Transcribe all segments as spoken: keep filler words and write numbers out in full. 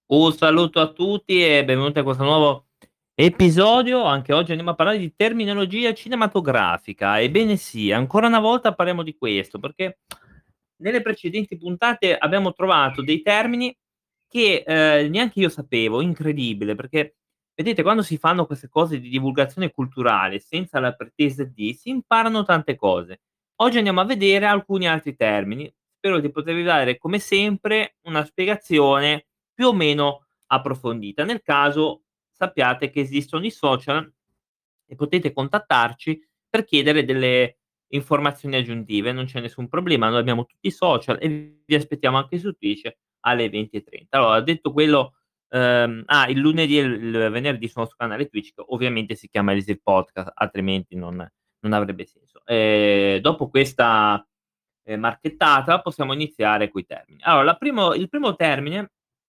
Un saluto a tutti e benvenuti a questo nuovo episodio. Anche oggi andiamo a parlare di terminologia cinematografica. Ebbene sì, ancora una volta parliamo di questo, perché nelle precedenti puntate abbiamo trovato dei termini che, ehm, neanche io sapevo, incredibile, perché vedete quando si fanno queste cose di divulgazione culturale senza la pretesa di, si imparano tante cose. Oggi andiamo a vedere alcuni altri termini. Spero di potervi dare, come sempre, una spiegazione più o meno approfondita. Nel caso sappiate che esistono i social e potete contattarci per chiedere delle informazioni aggiuntive, non c'è nessun problema, noi abbiamo tutti i social e vi aspettiamo anche su Twitch alle venti e trenta. Allora, detto quello, ehm, ah, il lunedì e il il venerdì sono sul canale Twitch che ovviamente si chiama Easy Podcast, altrimenti non non avrebbe senso. Ehm, dopo questa, ehm, marchettata possiamo iniziare coi termini. Allora, la primo il primo termine.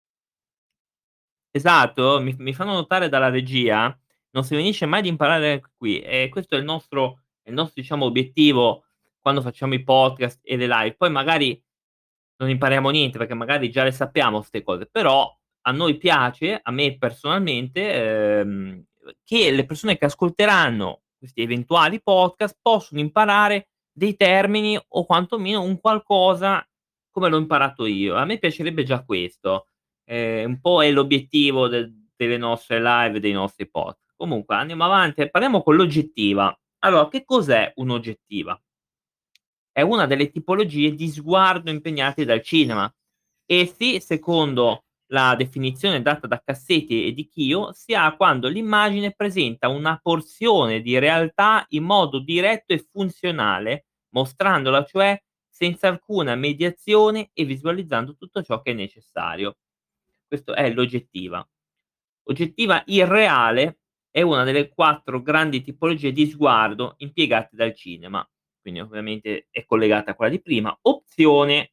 Esatto, mi f mi fanno notare dalla regia, non si finisce mai di imparare qui e questo è il nostro è il nostro diciamo obiettivo quando facciamo i podcast e le live. Poi magari non impariamo niente, perché magari già le sappiamo 'ste cose, però a noi piace, a me personalmente, ehm, che le persone che ascolteranno questi eventuali podcast possono imparare dei termini o quantomeno un qualcosa come l'ho imparato io. A me piacerebbe già questo. Ehm, un po' è l'obiettivo del delle nostre live, dei nostri podcast. Comunque andiamo avanti e parliamo con l'oggettiva. Allora, che cos'è un'oggettiva? È una delle tipologie di sguardo impegnati dal cinema. Essi, secondo la definizione data da Cassetti e Di Chio, si ha quando l'immagine presenta una porzione di realtà in modo diretto e funzionale, mostrandola cioè senza alcuna mediazione e visualizzando tutto ciò che è necessario. Questo è l'oggettiva. Oggettiva irreale è una delle quattro grandi tipologie di sguardo impiegate dal cinema, quindi ovviamente è collegata a quella di prima. Opzione.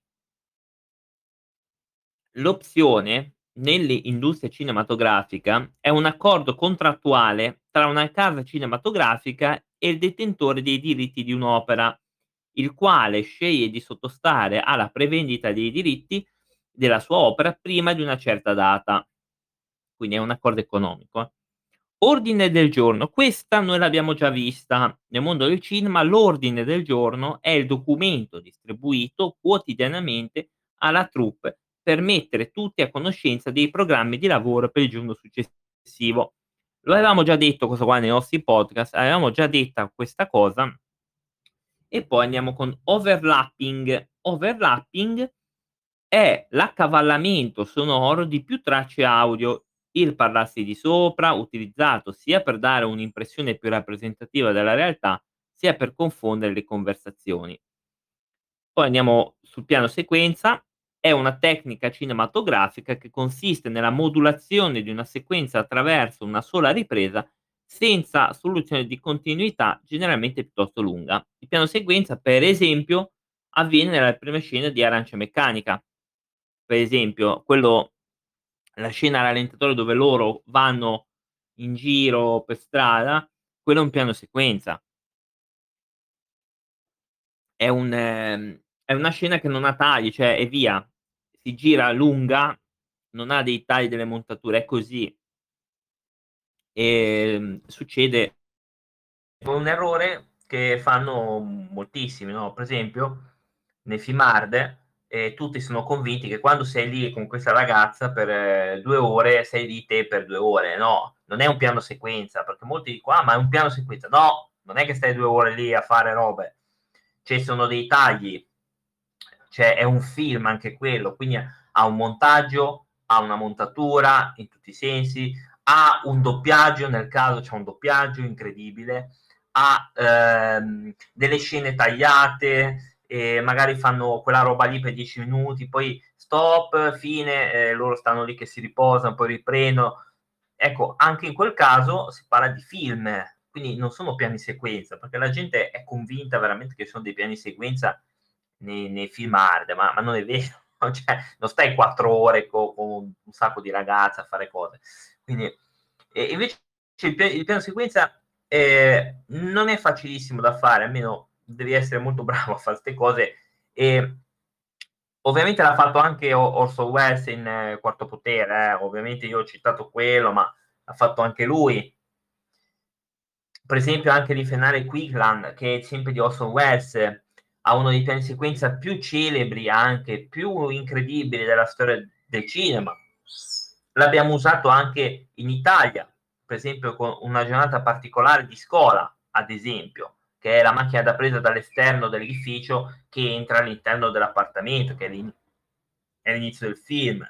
L'opzione nell'industria cinematografica è un accordo contrattuale tra una casa cinematografica e il detentore dei diritti di un'opera, il quale sceglie di sottostare alla prevendita dei diritti della sua opera prima di una certa data. Quindi è un accordo economico, eh. Ordine del giorno, questa noi l'abbiamo già vista. Nel mondo del cinema l'ordine del giorno è il documento distribuito quotidianamente alla troupe per mettere tutti a conoscenza dei programmi di lavoro per il giorno successivo. Lo avevamo già detto questo qua nei nostri podcast, avevamo già detta questa cosa e poi andiamo con overlapping. Overlapping è l'accavallamento sonoro di più tracce audio, il parlarsi di sopra, utilizzato sia per dare un'impressione più rappresentativa della realtà, sia per confondere le conversazioni. Poi andiamo sul piano sequenza, è una tecnica cinematografica che consiste nella modulazione di una sequenza attraverso una sola ripresa senza soluzione di continuità generalmente piuttosto lunga. Il piano sequenza, per esempio, avviene nelle prime scene di Arancia Meccanica. Per esempio, quello la scena a rallentatore dove loro vanno in giro per strada, quello è un piano sequenza. È un ehm, è una scena che non ha tagli, cioè e via. Si gira lunga, non ha dei tagli, delle montature, è così. Ehm, succede un errore che fanno moltissimi, no, per esempio nei film hard, ehm, tutti sono convinti che quando sei lì con questa ragazza per due ore, sei lì te per due ore. No, non è un piano sequenza, perché molti dico: "Ah, ma è un piano sequenza". No, non è che stai due ore lì a fare robe. Ci sono dei tagli, cioè è un film anche quello, quindi ha un montaggio, ha una montatura in tutti i sensi, ha un doppiaggio, nel caso c'è un doppiaggio incredibile, ha ehm, delle scene tagliate, e magari fanno quella roba lì per dieci minuti, poi stop, fine, eh, loro stanno lì che si riposano, poi riprendono. Ecco, anche in quel caso si parla di film, quindi non sono piani sequenza, perché la gente è convinta veramente che sono dei piani sequenza nei nei film hard, ma ma non è vero, cioè non stai quattro ore co con un sacco di ragazze a fare cose. Quindi e invece il pia il piano sequenza, ehm, non è facilissimo da fare, almeno devi essere molto bravo a far 'ste cose, e Ovviamente l'ha fatto anche Orson Welles in eh, Quarto Potere, eh. Ovviamente io ho citato quello, ma l'ha fatto anche lui. Per esempio anche l'Infernale Quickland, che è sempre di Orson Welles, ha uno dei piani sequenza più celebri, anche più incredibili della storia del cinema. L'abbiamo usato anche in Italia, per esempio con una giornata particolare di scuola, ad esempio, che è la macchina da presa dall'esterno dell'edificio che entra all'interno dell'appartamento, che è l'inizio del film.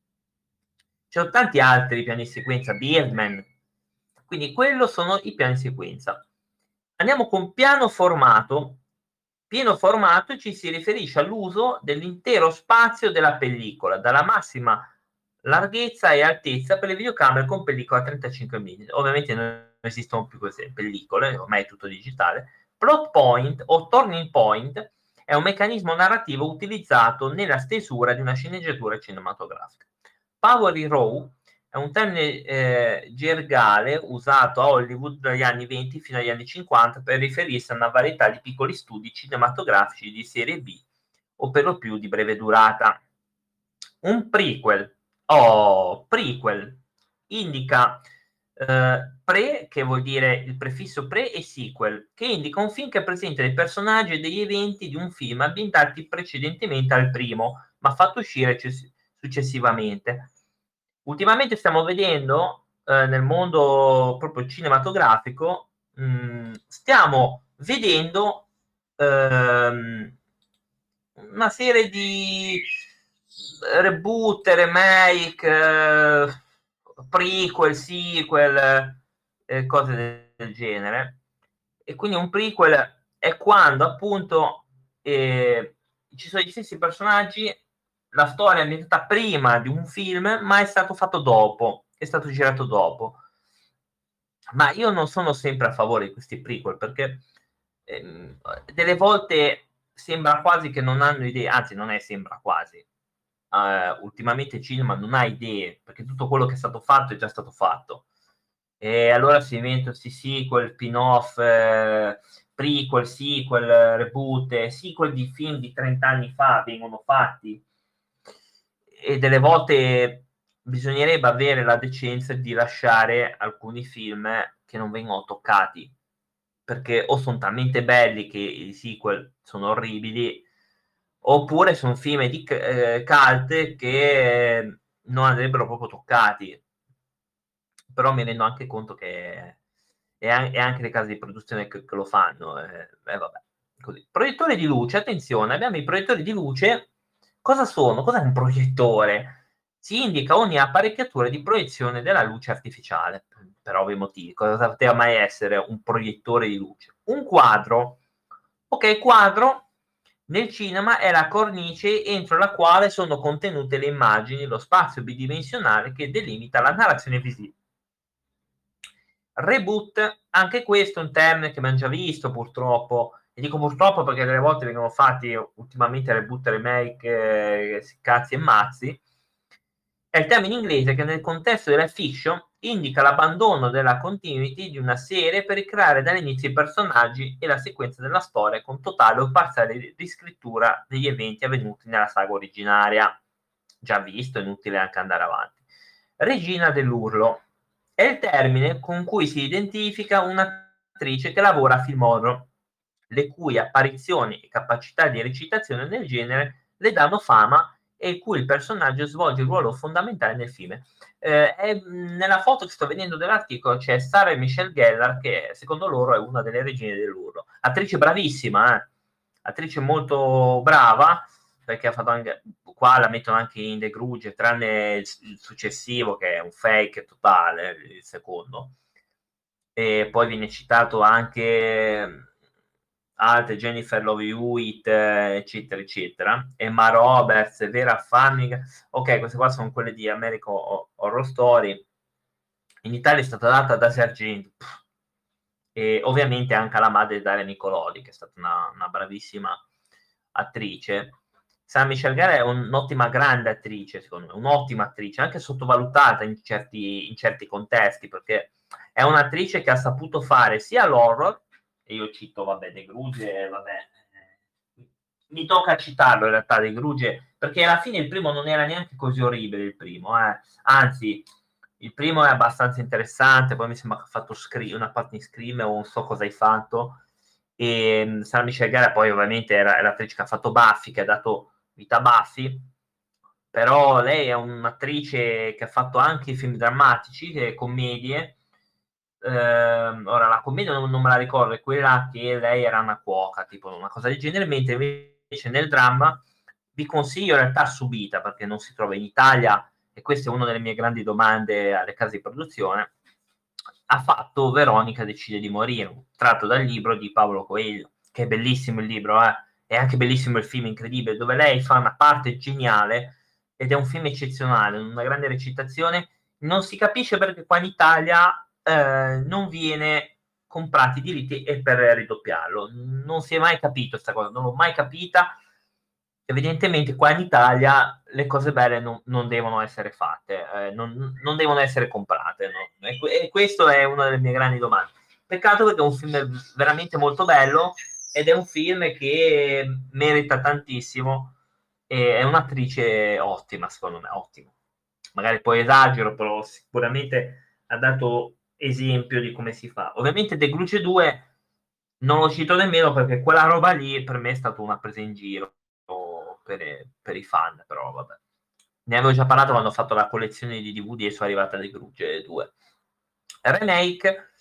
Ci sono tanti altri piani sequenza, Birdman, quindi quello sono i piani sequenza. Andiamo con piano formato. Pieno formato ci si riferisce all'uso dell'intero spazio della pellicola, dalla massima larghezza e altezza per le videocamere con pellicola trentacinque millimetri. Ovviamente non esistono più queste pellicole, ormai è tutto digitale. Plot point o turning point è un meccanismo narrativo utilizzato nella stesura di una sceneggiatura cinematografica. Power Raw è un termine eh, gergale usato a Hollywood dagli anni venti fino agli anni cinquanta per riferirsi a una varietà di piccoli studi cinematografici di serie B o per lo più di breve durata. Un prequel o prequel indica eh, pre, che vuol dire il prefisso pre, e sequel, che indica un film che presenta dei personaggi e degli eventi di un film ambientati precedentemente al primo, ma fatto uscire successivamente. Ultimamente stiamo vedendo eh, nel mondo proprio cinematografico, mh, stiamo vedendo ehm, una serie di reboot, remake, eh, prequel, sequel, eh, cose del, del genere. E quindi un prequel è quando appunto eh, ci sono gli stessi personaggi, la storia è ambientata prima di un film, ma è stato fatto dopo, è stato girato dopo. Ma io non sono sempre a favore di questi prequel perché ehm, delle volte sembra quasi che non hanno idee, anzi non è sembra quasi. Uh, ultimamente il cinema non ha idee perché tutto quello che è stato fatto è già stato fatto e allora si inventano questi sequel, spin-off, eh, prequel, sequel, reboot, eh, sequel di film di trenta anni fa vengono fatti e delle volte bisognerebbe avere la decenza di lasciare alcuni film che non vengono toccati perché o sono talmente belli che i sequel sono orribili oppure sono film di eh, cult che non andrebbero proprio toccati. Però mi rendo anche conto che è, è anche le case di produzione che, che lo fanno. Eh, eh, vabbè, così. Proiettori di luce, attenzione, abbiamo i proiettori di luce. Cosa sono? Cos'è un proiettore? Si indica ogni apparecchiatura di proiezione della luce artificiale, per ovvi motivi. Cosa poteva mai essere un proiettore di luce? Un quadro. Ok, quadro nel cinema è la cornice entro la quale sono contenute le immagini, lo spazio bidimensionale che delimita la narrazione visiva. Reboot, anche questo è un termine che abbiamo già visto purtroppo, e dico purtroppo perché delle volte vengono fatti ultimamente reboot, remake, eh, cazzi e mazzi. È il termine inglese che nel contesto della fiction indica l'abbandono della continuity di una serie per ricreare dall'inizio i personaggi e la sequenza della storia con totale o parziale riscrittura degli eventi avvenuti nella saga originaria. Già visto, è inutile anche andare avanti. Regina dell'urlo è il termine con cui si identifica un'attrice che lavora a film horror, le cui apparizioni e capacità di recitazione nel genere le danno fama e in cui il personaggio svolge un ruolo fondamentale nel film. Eh, è, nella foto che sto vedendo dell'articolo c'è Sarah Michelle Gellar, che secondo loro è una delle regine dell'urlo. Attrice bravissima, eh? Attrice molto brava, perché ha fatto anche qua la mettono anche in The Grudge, tranne il, il successivo che è un fake totale, il secondo. E poi viene citato anche altre, Jennifer Love Hewitt, eccetera, eccetera. Emma Roberts, Vera Farmiga. Ok, queste qua sono quelle di American Horror Story. In Italia è stata data da Sergento. E ovviamente anche alla madre di Daria Nicolodi, che è stata una, una bravissima attrice. Sarah Michelle Gellar è un'ottima grande attrice, secondo me, un'ottima attrice, anche sottovalutata in certi, in certi contesti, perché è un'attrice che ha saputo fare sia l'horror, e io cito, vabbè, The Grudge, vabbè, mi tocca citarlo in realtà De Gruge, perché alla fine il primo non era neanche così orribile il primo, eh. Anzi, il primo è abbastanza interessante, poi mi sembra che ha fatto Scream, una parte in Scream o non so cosa hai fatto, e Sarah Michelle Gellar poi ovviamente era, è l'attrice che ha fatto Buffy, che ha dato vita a Buffy, però lei è un'attrice che ha fatto anche film drammatici, che, commedie. Ehm, ora la commedia non, non me la ricordo, è quella che lei era una cuoca, tipo una cosa del genere, mentre invece nel dramma vi consiglio in realtà Subita, perché non si trova in Italia, e questa è una delle mie grandi domande alle case di produzione. Ha fatto Veronica decide di morire, tratto dal libro di Paolo Coelho, che è bellissimo il libro, eh? È anche bellissimo il film, incredibile, dove lei fa una parte geniale ed è un film eccezionale, una grande recitazione. Non si capisce perché qua in Italia eh, non viene comprati i diritti e per ridoppiarlo. Non si è mai capito questa cosa, non l'ho mai capita. Evidentemente qua in Italia le cose belle non, non devono essere fatte, eh, non, non, devono essere comprate. No? E, e questo è una delle mie grandi domande. Peccato perché è un film veramente molto bello ed è un film che merita tantissimo e è un'attrice ottima, secondo me, ottima. Magari poi esagero, però sicuramente ha dato esempio di come si fa. Ovviamente The Grudge due non lo cito nemmeno perché quella roba lì per me è stata una presa in giro per, per i fan, però vabbè. Ne avevo già parlato quando ho fatto la collezione di D V D e sono arrivata The Grudge due. Remake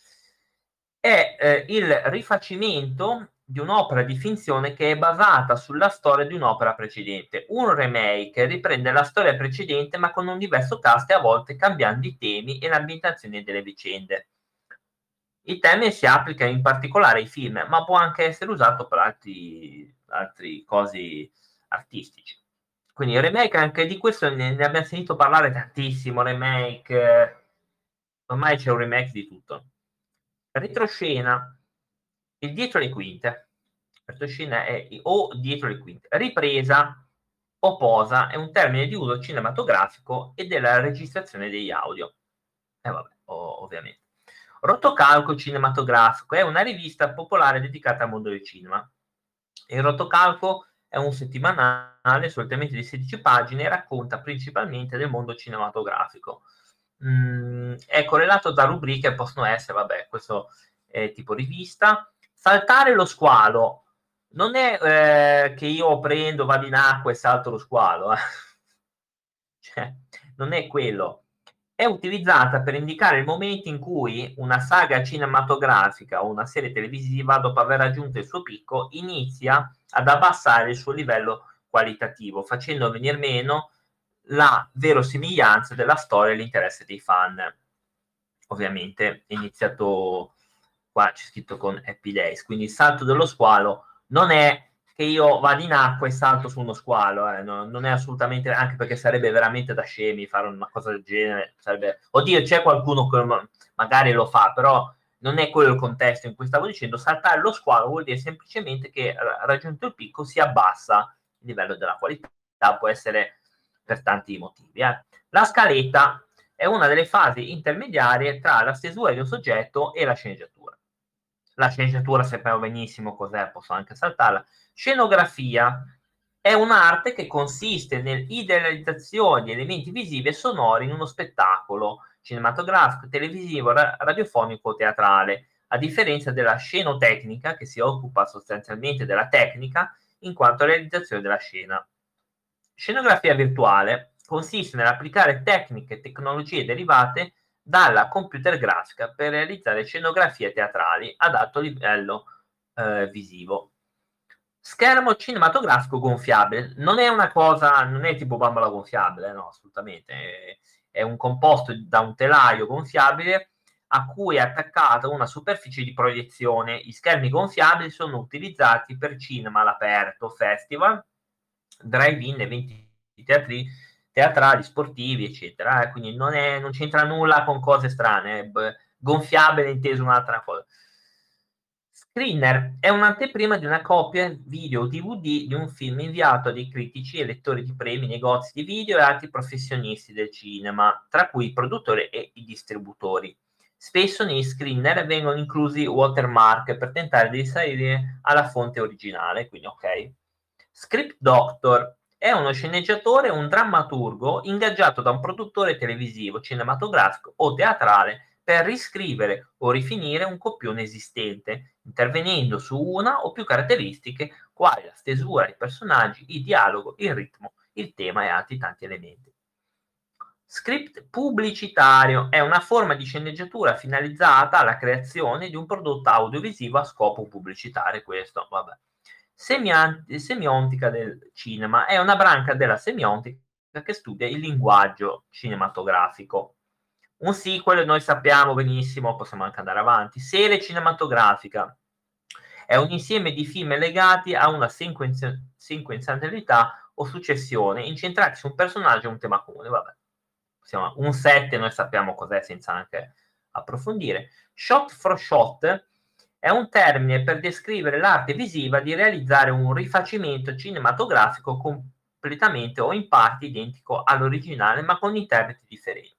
è eh, il rifacimento di un'opera di finzione che è basata sulla storia di un'opera precedente. Un remake riprende la storia precedente ma con un diverso cast e a volte cambiando i temi e l'ambientazione delle vicende. Il termine si applica in particolare ai film, ma può anche essere usato per altri, altri cosi artistici. Quindi il remake, anche di questo ne, ne abbiamo sentito parlare tantissimo, remake, eh, ormai c'è un remake di tutto. Retroscena, il dietro le quinte. Retroscena è o dietro le quinte. Ripresa o posa è un termine di uso cinematografico e della registrazione degli audio. E eh, vabbè, o- ovviamente. Rotocalco cinematografico è una rivista popolare dedicata al mondo del cinema. Il Rotocalco è un settimanale, solitamente di sedici pagine, e racconta principalmente del mondo cinematografico. Mm, è correlato da rubriche che possono essere, vabbè, questo è tipo rivista. Saltare lo squalo. Non è eh, che io prendo, vado in acqua e salto lo squalo. Eh. Cioè, non è quello. È utilizzata per indicare il momento in cui una saga cinematografica o una serie televisiva, dopo aver raggiunto il suo picco, inizia ad abbassare il suo livello qualitativo, facendo venir meno la verosimiglianza della storia e l'interesse dei fan. Ovviamente è iniziato, qua c'è scritto con Happy Days, quindi il salto dello squalo non è che io vado in acqua e salto su uno squalo, eh. no, non è assolutamente, anche perché sarebbe veramente da scemi fare una cosa del genere. Sarebbe, oddio, c'è qualcuno che magari lo fa, però non è quello il contesto in cui stavo dicendo. Saltare lo squalo vuol dire semplicemente che raggiunto il picco si abbassa il livello della qualità, può essere per tanti motivi. Eh. La scaletta è una delle fasi intermediarie tra la stesura di un soggetto e la sceneggiatura. La sceneggiatura sappiamo benissimo cos'è, posso anche saltarla. Scenografia è un'arte che consiste nell'idealizzazione di elementi visivi e sonori in uno spettacolo cinematografico, televisivo, radiofonico o teatrale, a differenza della scenotecnica che si occupa sostanzialmente della tecnica in quanto realizzazione della scena. Scenografia virtuale consiste nell'applicare tecniche e tecnologie derivate dalla computer grafica per realizzare scenografie teatrali ad alto livello eh, visivo. Schermo cinematografico gonfiabile non è una cosa, non è tipo bambola gonfiabile, no, assolutamente. È, è un composto da un telaio gonfiabile a cui è attaccata una superficie di proiezione. Gli schermi gonfiabili sono utilizzati per cinema all'aperto, festival, drive-in, eventi teatri, teatrali, sportivi, eccetera. Eh, quindi non, è, non c'entra nulla con cose strane. È gonfiabile inteso un'altra cosa. Screener è un'anteprima di una copia video D V D di un film inviato a dei critici e lettori di premi, negozi di video e altri professionisti del cinema, tra cui i produttori e i distributori. Spesso nei screener vengono inclusi watermark per tentare di risalire alla fonte originale, quindi ok. Script doctor è uno sceneggiatore o un drammaturgo ingaggiato da un produttore televisivo, cinematografico o teatrale per riscrivere o rifinire un copione esistente, intervenendo su una o più caratteristiche quali la stesura, i personaggi, il dialogo, il ritmo, il tema e altri tanti elementi. Script pubblicitario è una forma di sceneggiatura finalizzata alla creazione di un prodotto audiovisivo a scopo pubblicitario. Questo, vabbè. Semian- semiontica del cinema è una branca della semiontica che studia il linguaggio cinematografico. Un sequel, noi sappiamo benissimo, possiamo anche andare avanti. Serie cinematografica è un insieme di film legati a una sequenzi- sequenzialità o successione, incentrati su un personaggio e un tema comune. Vabbè. Siamo un set, noi sappiamo cos'è senza anche approfondire. Shot for shot è un termine per descrivere l'arte visiva di realizzare un rifacimento cinematografico completamente o in parte identico all'originale, ma con interpreti differenti.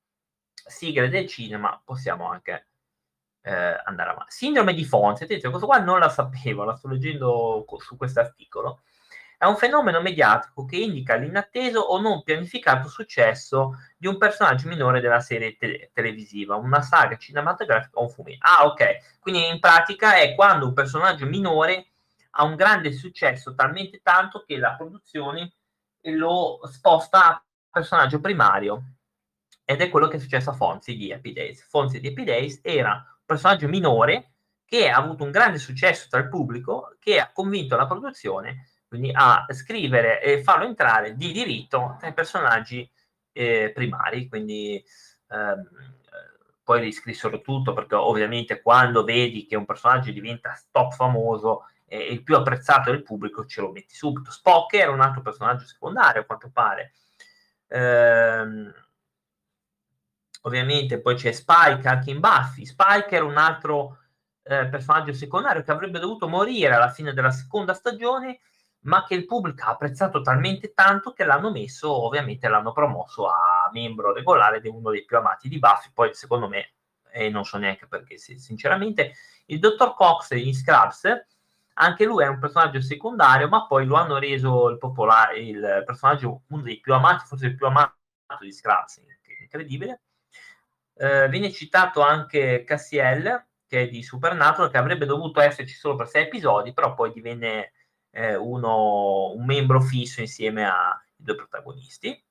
Sigle del cinema, possiamo anche eh, andare avanti. Sindrome di Fonzi, attenzione, questo qua non la sapevo, la sto leggendo su questo articolo. È un fenomeno mediatico che indica l'inatteso o non pianificato successo di un personaggio minore della serie te- televisiva, una saga cinematografica o un fumetto. Ah, ok. Quindi in pratica è quando un personaggio minore ha un grande successo, talmente tanto che la produzione lo sposta a personaggio primario. Ed è quello che è successo a Fonzi di Happy Days. Fonzi di Happy Days era un personaggio minore che ha avuto un grande successo tra il pubblico, che ha convinto la produzione quindi a scrivere e farlo entrare di diritto tra i personaggi eh, primari, quindi ehm, poi riscrissero tutto, perché ovviamente quando vedi che un personaggio diventa top famoso e eh, il più apprezzato del pubblico ce lo metti subito. Spock era un altro personaggio secondario, a quanto pare. Ehm, ovviamente poi c'è Spike anche in Buffy. Spike era un altro eh, personaggio secondario che avrebbe dovuto morire alla fine della seconda stagione, ma che il pubblico ha apprezzato talmente tanto che l'hanno messo, ovviamente l'hanno promosso a membro regolare di uno dei più amati di Buffy. Poi secondo me, e non so neanche perché, sinceramente, il dottor Cox in Scrubs, anche lui è un personaggio secondario, ma poi lo hanno reso il, popolare, il personaggio uno dei più amati, forse il più amato di Scrubs, incredibile. Eh, viene citato anche Cassiel, che è di Supernatural, che avrebbe dovuto esserci solo per sei episodi, però poi divenne eh, uno, un membro fisso insieme ai due protagonisti.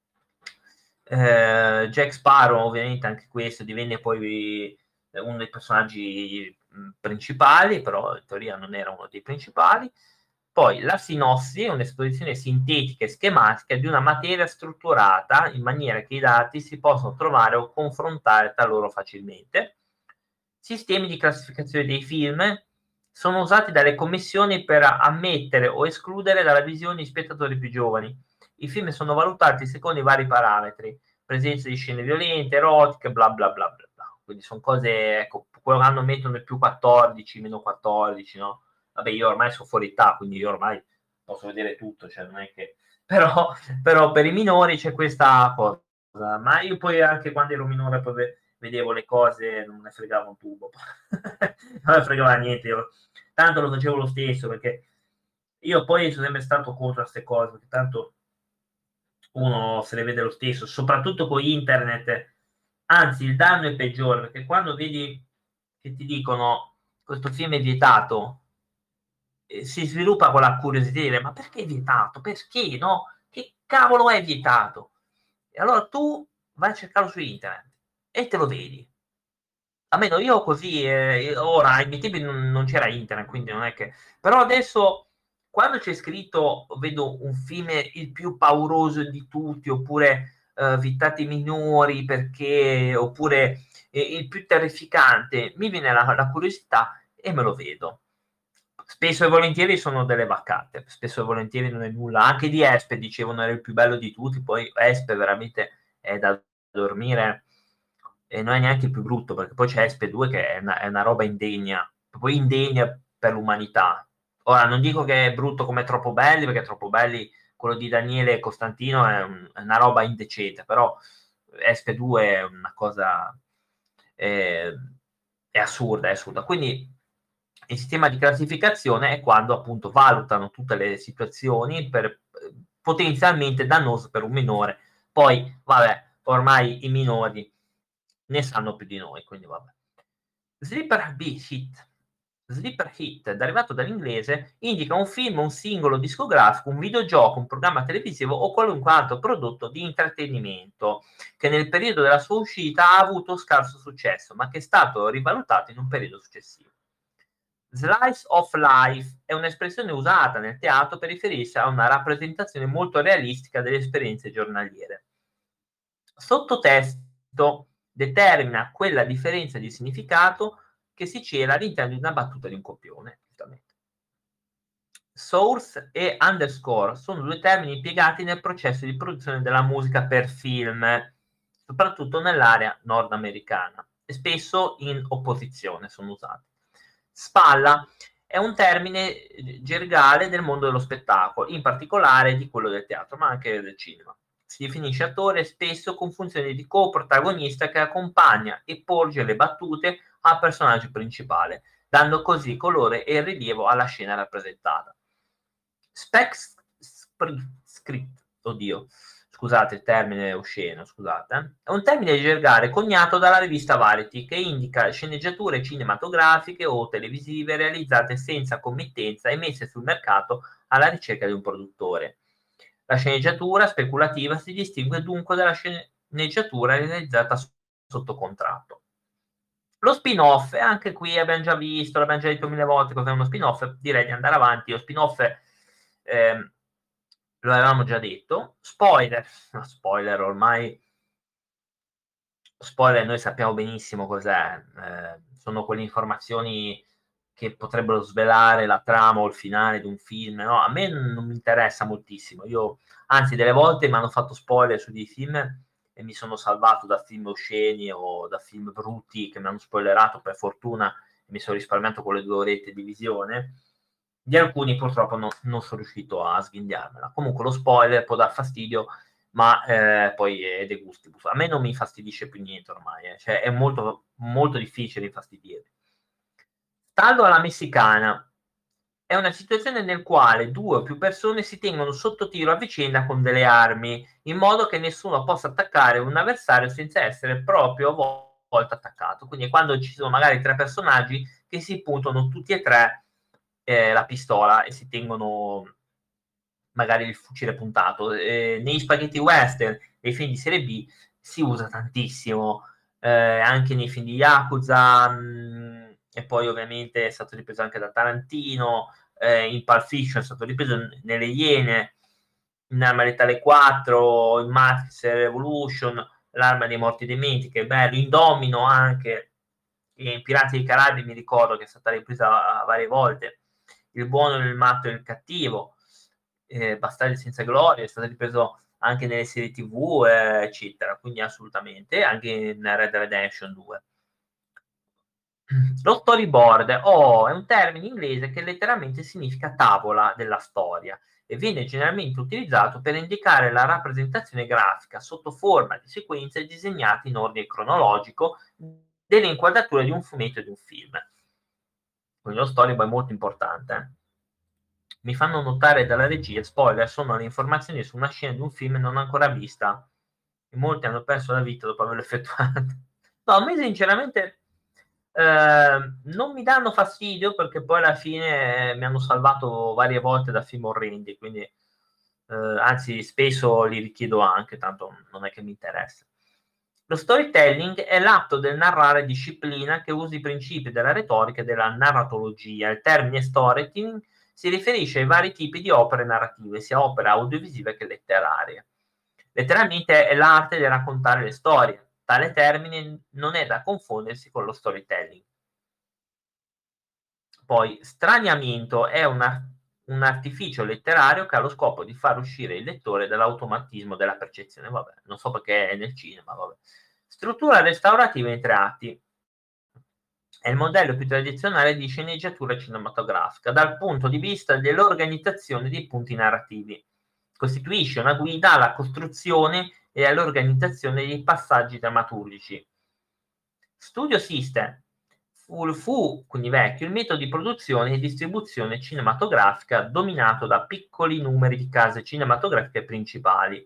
Eh, Jack Sparrow, ovviamente, anche questo divenne poi uno dei personaggi principali, però in teoria non era uno dei principali. Poi la sinossi è un'esposizione sintetica e schematica di una materia strutturata in maniera che i dati si possano trovare o confrontare tra loro facilmente. Sistemi di classificazione dei film sono usati dalle commissioni per ammettere o escludere dalla visione gli spettatori più giovani. I film sono valutati secondo i vari parametri, presenza di scene violente, erotiche, bla bla bla bla. bla. Quindi sono cose, ecco, quello che hanno mettono il più quattordici, meno quattordici, no? Vabbè, io ormai sono fuori età, quindi io ormai posso vedere tutto, cioè non è che... Però, però per i minori c'è questa cosa. Ma io poi anche quando ero minore poi vedevo le cose, non me ne fregava un tubo. Non me fregava niente, io tanto lo facevo lo stesso, perché io poi sono sempre stato contro queste cose, perché tanto uno se le vede lo stesso, soprattutto con internet. Anzi, il danno è peggiore, perché quando vedi che ti dicono questo film è vietato, eh, si sviluppa quella curiosità di dire ma perché è vietato? Perché no? Che cavolo è vietato? E allora tu vai a cercarlo su internet e te lo vedi. Almeno io così, eh, ora ai miei tempi non, non c'era internet, quindi non è che... Però adesso, quando c'è scritto, vedo un film il più pauroso di tutti, oppure eh, Vittati minori, perché... oppure eh, il più terrificante, mi viene la, la curiosità e me lo vedo. Spesso e volentieri sono delle vaccate, spesso e volentieri non è nulla. Anche di Espe dicevano era il più bello di tutti, poi Espe veramente è da dormire e non è neanche il più brutto, perché poi c'è Espe due che è una, è una roba indegna, proprio indegna per l'umanità. Ora, non dico che è brutto come Troppo Belli, perché Troppo Belli, quello di Daniele Costantino, è, un, è una roba indecente, però Espe due è una cosa... È, è assurda, è assurda. Quindi Il sistema di classificazione è quando appunto valutano tutte le situazioni per potenzialmente dannose per un minore. Poi, vabbè, ormai i minori ne sanno più di noi, quindi vabbè. Sleeper hit. Sleeper hit, derivato dall'inglese, indica un film, un singolo discografico, un videogioco, un programma televisivo o qualunque altro prodotto di intrattenimento che nel periodo della sua uscita ha avuto scarso successo, ma che è stato rivalutato in un periodo successivo. Slice of life è un'espressione usata nel teatro per riferirsi a una rappresentazione molto realistica delle esperienze giornaliere. Sottotesto determina quella differenza di significato che si cela all'interno di una battuta di un copione. Source e underscore sono due termini impiegati nel processo di produzione della musica per film, soprattutto nell'area nordamericana, e spesso in opposizione sono usati. Spalla è un termine gergale del mondo dello spettacolo, in particolare di quello del teatro, ma anche del cinema. Si definisce attore spesso con funzione di coprotagonista che accompagna e porge le battute al personaggio principale, dando così colore e rilievo alla scena rappresentata. Spec script, oddio, scusate il termine osceno, scusate, eh? È un termine gergale coniato dalla rivista Variety che indica sceneggiature cinematografiche o televisive realizzate senza committenza e messe sul mercato alla ricerca di un produttore. La sceneggiatura speculativa si distingue dunque dalla sceneggiatura realizzata sotto contratto. Lo spin-off, anche qui abbiamo già visto, l'abbiamo già detto mille volte cos'è uno spin-off, direi di andare avanti. Lo spin-off eh, lo avevamo già detto. Spoiler, no, spoiler ormai, spoiler noi sappiamo benissimo cos'è, eh, sono quelle informazioni che potrebbero svelare la trama o il finale di un film, no? A me non mi interessa moltissimo, io anzi delle volte mi hanno fatto spoiler su dei film e mi sono salvato da film osceni o da film brutti che mi hanno spoilerato, per fortuna mi sono risparmiato con le due orette di visione. Di alcuni purtroppo no, non sono riuscito a sghignarmela. Comunque lo spoiler può dar fastidio, ma eh, poi è de gustibus. A me non mi infastidisce più niente ormai, eh. Cioè, è molto, molto difficile infastidire. Stallo alla messicana è una situazione nel quale due o più persone si tengono sotto tiro a vicenda con delle armi, in modo che nessuno possa attaccare un avversario senza essere proprio a volta attaccato. Quindi quando ci sono magari tre personaggi che si puntano tutti e tre eh, la pistola e si tengono magari il fucile puntato. Eh, negli spaghetti western, nei film di serie B, si usa tantissimo, eh, anche nei film di Yakuza, mh, e poi ovviamente è stato ripreso anche da Tarantino, eh, in Pulp Fiction è stato ripreso nelle Iene, in Arma Letale quattro, in Matrix Revolution, l'Arma dei Morti Dementi, che è bello, in Domino anche, in Pirati dei Caraibi mi ricordo che è stata ripresa varie volte, Il buono, il matto e il cattivo, eh, Bastardi senza gloria, è stato ripreso anche nelle serie tv, eh, eccetera, quindi assolutamente, anche in Red Redemption due. Lo storyboard, oh, è un termine inglese che letteralmente significa tavola della storia e viene generalmente utilizzato per indicare la rappresentazione grafica sotto forma di sequenze disegnate in ordine cronologico delle inquadrature di un fumetto e di un film. Quindi lo storyboard è molto importante. Eh? Mi fanno notare dalla regia, spoiler, sono le informazioni su una scena di un film non ancora vista e molti hanno perso la vita dopo averlo effettuato. No, a me sinceramente eh, non mi danno fastidio perché poi alla fine eh, mi hanno salvato varie volte da film orrendi, quindi eh, anzi spesso li richiedo anche, tanto non è che mi interessa. Lo storytelling è l'atto del narrare disciplina che usa i principi della retorica e della narratologia. Il termine storytelling si riferisce ai vari tipi di opere narrative, sia opere audiovisive che letterarie. Letteralmente è l'arte di raccontare le storie. Tale termine non è da confondersi con lo storytelling. Poi, straniamento è una, un artificio letterario che ha lo scopo di far uscire il lettore dall'automatismo della percezione. Vabbè, non so perché è nel cinema, vabbè. Struttura restaurativa in tre atti. È il modello più tradizionale di sceneggiatura cinematografica dal punto di vista dell'organizzazione dei punti narrativi. Costituisce una guida alla costruzione e all'organizzazione dei passaggi drammaturgici. Studio System fu, fu quindi vecchio il metodo di produzione e distribuzione cinematografica dominato da piccoli numeri di case cinematografiche principali.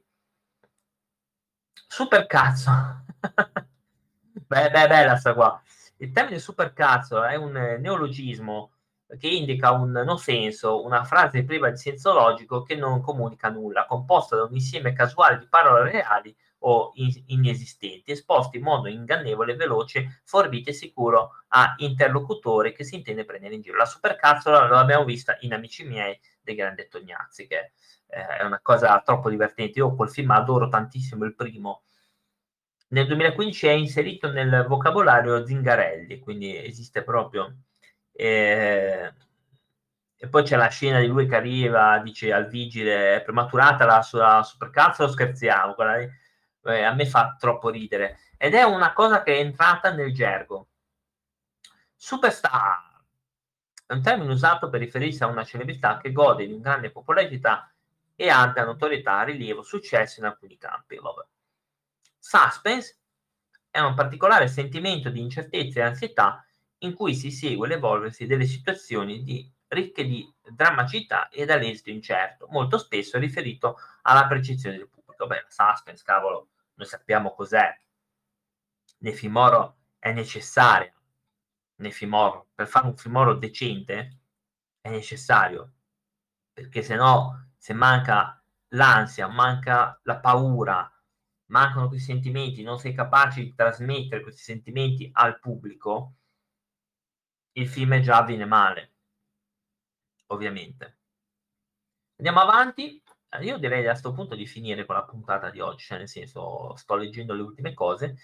Supercazzo. Beh, beh, bella sta qua. Il termine supercazzo è un neologismo che indica un no senso, una frase priva di senso logico che non comunica nulla, composta da un insieme casuale di parole reali o in- inesistenti, esposte in modo ingannevole, veloce, forbito e sicuro a interlocutori che si intende prendere in giro. La supercazzola l'abbiamo vista in Amici miei dei Grandi Tognazzi, che eh, è una cosa troppo divertente. Io quel film adoro tantissimo, il primo. Nel duemilaquindici è inserito nel vocabolario Zingarelli, quindi esiste proprio. Eh, e poi c'è la scena di lui che arriva, dice al vigile: è prematurata la sua supercazzo o scherziamo? Quella lì, eh, a me fa troppo ridere. Ed è una cosa che è entrata nel gergo. Superstar è un termine usato per riferirsi a una celebrità che gode di un grande popolarità e ampia notorietà, rilievo, successo in alcuni campi. Vabbè. Suspense è un particolare sentimento di incertezza e ansietà in cui si segue l'evolversi delle situazioni di, ricche di drammaticità e dall'esito incerto, molto spesso riferito alla percezione del pubblico. Beh, suspense, cavolo, noi sappiamo cos'è. Nei film horror è necessaria. Nei film horror, per fare un film horror decente, è necessario, perché se no, se manca l'ansia, manca la paura, mancano questi sentimenti, non sei capace di trasmettere questi sentimenti al pubblico, il film già viene male, ovviamente. Andiamo avanti. Io direi a questo punto di finire con la puntata di oggi, cioè nel senso, sto leggendo le ultime cose.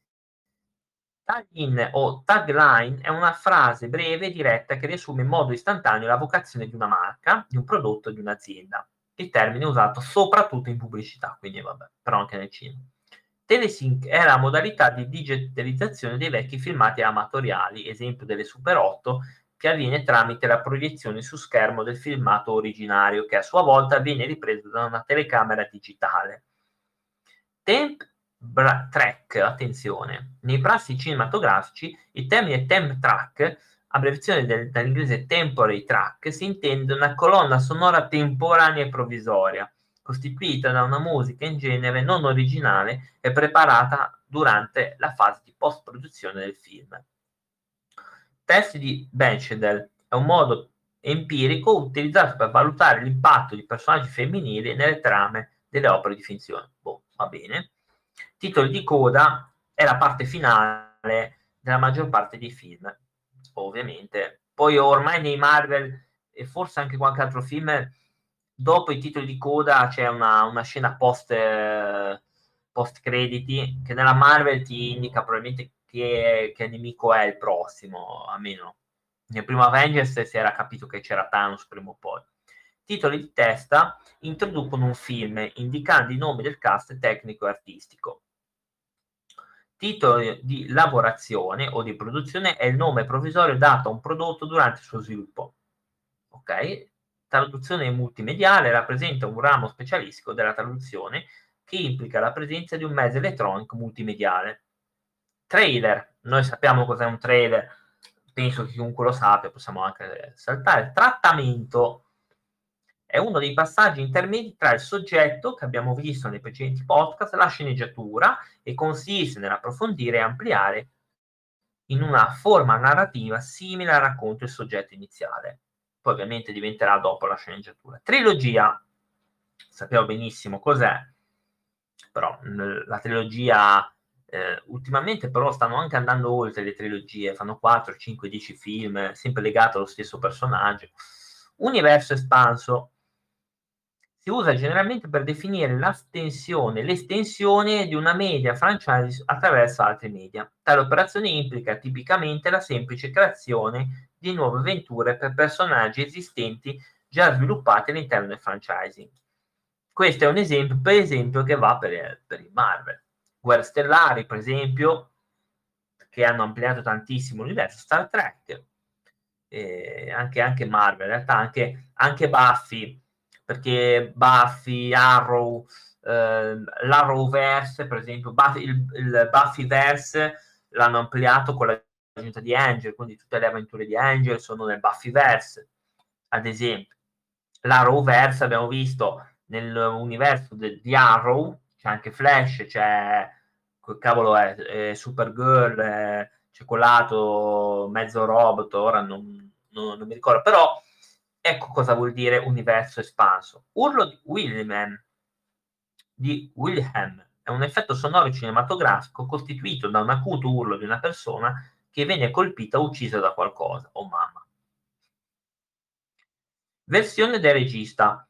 Tag-in o tagline è una frase breve e diretta che riassume in modo istantaneo la vocazione di una marca, di un prodotto, di un'azienda. Il termine è usato soprattutto in pubblicità, quindi vabbè, però anche nel cinema. Telesync è la modalità di digitalizzazione dei vecchi filmati amatoriali, esempio delle Super otto, che avviene tramite la proiezione su schermo del filmato originario, che a sua volta viene ripreso da una telecamera digitale. Temp bra- track, attenzione, nei prassi cinematografici il termine temp track, abbreviazione del, dall'inglese temporary track, si intende una colonna sonora temporanea e provvisoria, costituita da una musica in genere non originale e preparata durante la fase di post-produzione del film. Test di Bechdel è un modo empirico utilizzato per valutare l'impatto di personaggi femminili nelle trame delle opere di finzione. Boh, va bene. Titoli di coda è la parte finale della maggior parte dei film, ovviamente. Poi ormai nei Marvel e forse anche qualche altro film, dopo i titoli di coda c'è una, una scena post, eh, post crediti che nella Marvel ti indica probabilmente che, che nemico è il prossimo, almeno nel primo Avengers si era capito che c'era Thanos prima o poi. Titoli di testa introducono un film indicando i nomi del cast tecnico e artistico. Titolo di lavorazione o di produzione è il nome provvisorio dato a un prodotto durante il suo sviluppo. Ok? Traduzione multimediale rappresenta un ramo specialistico della traduzione che implica la presenza di un mezzo elettronico multimediale. Trailer, noi sappiamo cos'è un trailer, penso che chiunque lo sappia, possiamo anche saltare. Trattamento è uno dei passaggi intermedi tra il soggetto, che abbiamo visto nei precedenti podcast, e la sceneggiatura, e consiste nell'approfondire e ampliare in una forma narrativa simile al racconto del soggetto iniziale. Poi ovviamente diventerà dopo la sceneggiatura. Trilogia, sappiamo benissimo cos'è, però la trilogia eh, ultimamente però stanno anche andando oltre le trilogie, fanno quattro, cinque, dieci film, sempre legato allo stesso personaggio. Universo espanso si usa generalmente per definire l'estensione, l'estensione di una media franchise attraverso altri media. Tale operazione implica tipicamente la semplice creazione di nuove avventure per personaggi esistenti già sviluppati all'interno del franchising. Questo è un esempio, per esempio, che va per, per il Marvel. Guerre Stellari, per esempio, che hanno ampliato tantissimo l'universo, Star Trek, eh, anche, anche Marvel, in realtà anche, anche Buffy, perché Buffy, Arrow, eh, l'Arrowverse, per esempio, Buffy, il, il Buffyverse l'hanno ampliato con la l'aggiunta di Angel, quindi tutte le avventure di Angel sono nel Buffyverse, ad esempio. L'Arrowverse abbiamo visto nell'universo de di Arrow, c'è anche Flash, c'è che cavolo è, è Supergirl, è Cioccolato, mezzo robot, ora non, non, non mi ricordo, però ecco cosa vuol dire universo espanso. Urlo di Wilhelm di Wilhelm è un effetto sonoro cinematografico costituito da un acuto urlo di una persona che viene colpita o uccisa da qualcosa. Oh mamma. Versione del regista.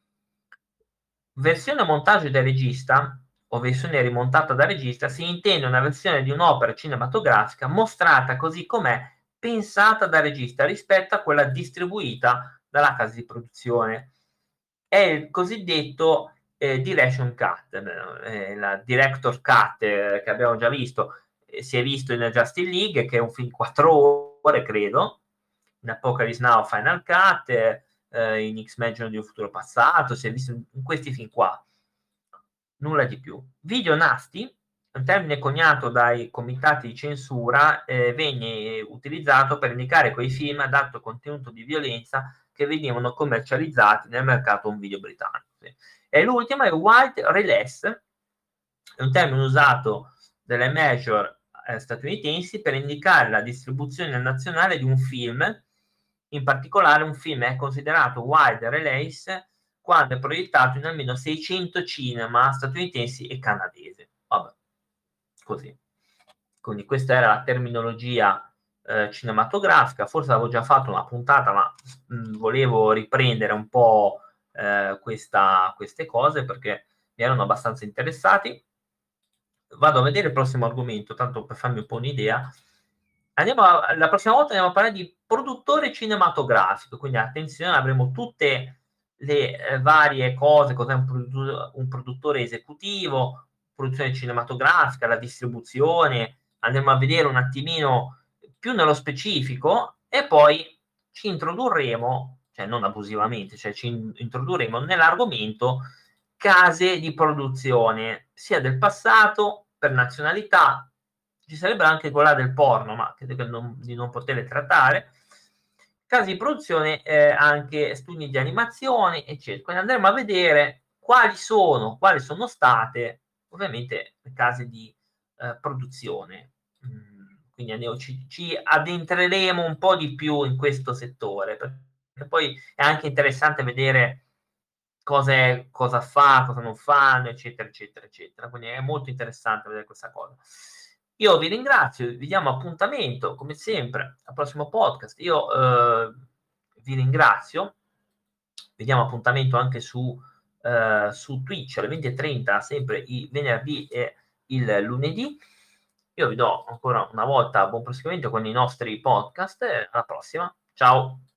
Versione montaggio del regista o versione rimontata dal regista si intende una versione di un'opera cinematografica mostrata così com'è, pensata dal regista rispetto a quella distribuita dalla casa di produzione. È il cosiddetto eh, direction cut, eh, la director cut eh, che abbiamo già visto, eh, si è visto in Justice League, che è un film di quattro ore, credo, in Apocalypse Now Final Cut, eh, in X-Men Giorno di un futuro passato, si è visto in, in questi film qua. Nulla di più. Video nasty, un termine coniato dai comitati di censura, eh, venne utilizzato per indicare quei film ad alto contenuto di violenza che venivano commercializzati nel mercato un video britannico. E l'ultima è white release, è un termine usato dalle major eh, statunitensi per indicare la distribuzione nazionale di un film. In particolare un film è considerato wide release quando è proiettato in almeno seicento cinema statunitensi e canadesi. Vabbè, così. Quindi questa era la terminologia eh, cinematografica. Forse avevo già fatto una puntata, ma mh, volevo riprendere un po' eh, questa, queste cose perché mi erano abbastanza interessati. Vado a vedere il prossimo argomento, tanto per farmi un po' un'idea. Andiamo a, la prossima volta andiamo a parlare di produttore cinematografico, quindi attenzione, avremo tutte le eh, varie cose, cos'è un, produ- un produttore esecutivo, produzione cinematografica, la distribuzione, andremo a vedere un attimino più nello specifico e poi ci introdurremo, cioè non abusivamente, cioè ci in- introdurremo nell'argomento case di produzione, sia del passato, per nazionalità, ci sarebbe anche quella del porno, ma credo che non, di non poterle trattare, casi di produzione, eh, anche studi di animazione, eccetera. Quindi andremo a vedere quali sono, quali sono state, ovviamente, le case di eh, produzione. Mm, quindi andiamo, ci, ci addentreremo un po' di più in questo settore, perché poi è anche interessante vedere cosa, è, cosa fa, cosa non fanno, eccetera, eccetera, eccetera. Quindi è molto interessante vedere questa cosa. Io vi ringrazio, vi diamo appuntamento, come sempre, al prossimo podcast. Io eh, vi ringrazio, vi diamo appuntamento anche su, eh, su Twitch alle venti e trenta, sempre i venerdì e il lunedì. Io vi do ancora una volta buon proseguimento con i nostri podcast. Alla prossima, ciao!